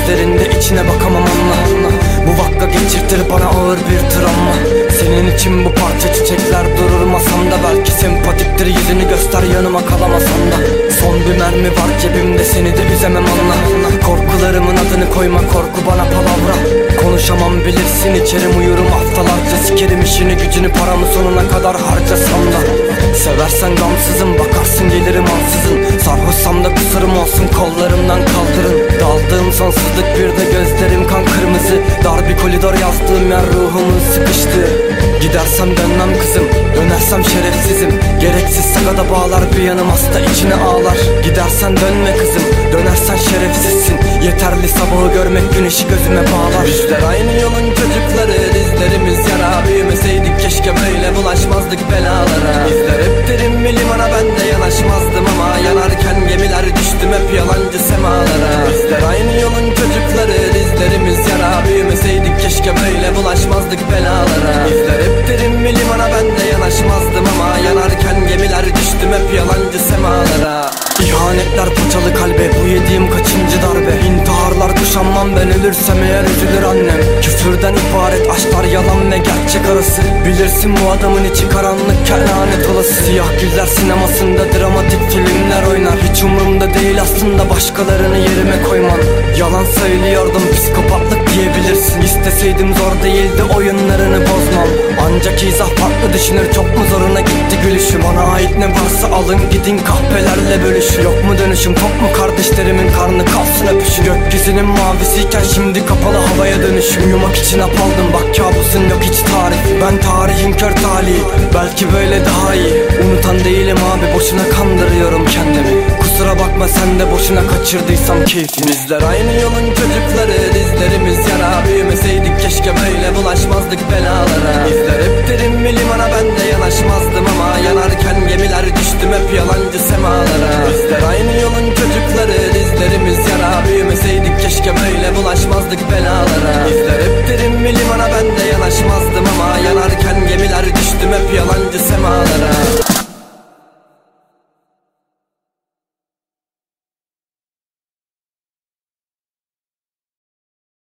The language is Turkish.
gözlerinde içine bakamam anla. Bu vakka geçirtir bana ağır bir travma. Senin için bu parça çiçekler durur masamda. Belki sempatiktir yüzünü göster yanıma kalamasam da. Son bir mermi var cebimde seni de üzemem anla. Korkularımın adını koyma korku bana palavra. Konuşamam bilirsin içerim uyurum haftalarca. Sikerim işini gücünü paramı sonuna kadar harcasam da. Seversen gamsızım bakarsın gelirim ansızın. Sarhoşsam da kusurum olsun kollarımdan kaldırın. Daldığım sonsuzluk bir de gözlerim kan kırmızı. Dar bir koridor yazdığım yer ruhumun sıkıştığı. Gidersem dönmem kızım, dönersem şerefsizim. Gereksiz sakata bağlar bir yanım hasta içine ağlar. Gidersen dönme kızım, dönersen şerefsizsin. Yeterli sabahı görmek güneşi gözüme bağlar. Bizler aynı yolun çocukları, dizlerimiz yara. Büyümeseydik keşke böyle bulaşmazdık belalara. Bizler hep derin bir limana ben de yanaşmazdım ama yanarken gemiler düştüm hep yalancı semalara. Bizler aynı yolun çocukları, dizlerimiz yara. Büyümeseydik keşke böyle bulaşmazdık belalara. Bizler hep derin bir limana ben de yanaşmazdım ama yanarken gemiler düştüm hep yalancı semalara. İhanetler paçalı kalbe, bu yediğim kaçıncı darbe. İntiharlar kuşanmam ben ölürsem eğer üzülür annem. Küfürden ibaret aşklar yalan ve gerçek arası. Bilirsin bu adamın içi karanlık lanet olası. Siyah güller sinemasında dramatik filmler oynar. Hiç umurumda değil aslında başkalarını yerime koyman. Yalan söylüyordum psikopatlık diyebilirsin. İsteseydim zor değildi oyunlarını bozmam. Ancak izah farklı düşünür çok mu zoruna gitti gülüşüm. Bana ait ne varsa alın gidin kahpelerle bölüşün. Yok mu dönüşüm top mu kardeşlerimin karnı kalsın öpüşün. Gökyüzünün mavisiyken şimdi kapalı havaya dönüşüm. Uyumak için apaldım bak kabusun yok hiç tarih. Ben tarihin kör talihi belki böyle daha iyi. Unutan değilim abi boşuna kandırıyorum kendimi. Kusura bakma sen de boşuna kaçırdıysam keyfini. Bizler aynı yolun çocukları, dizlerimiz yara. Büyümeseydik keşke böyle bulaşmazdık belalara. Bizler hep derin bir limana ben de yanaşmazdım ama yanarken gemiler düştüm hep yalancı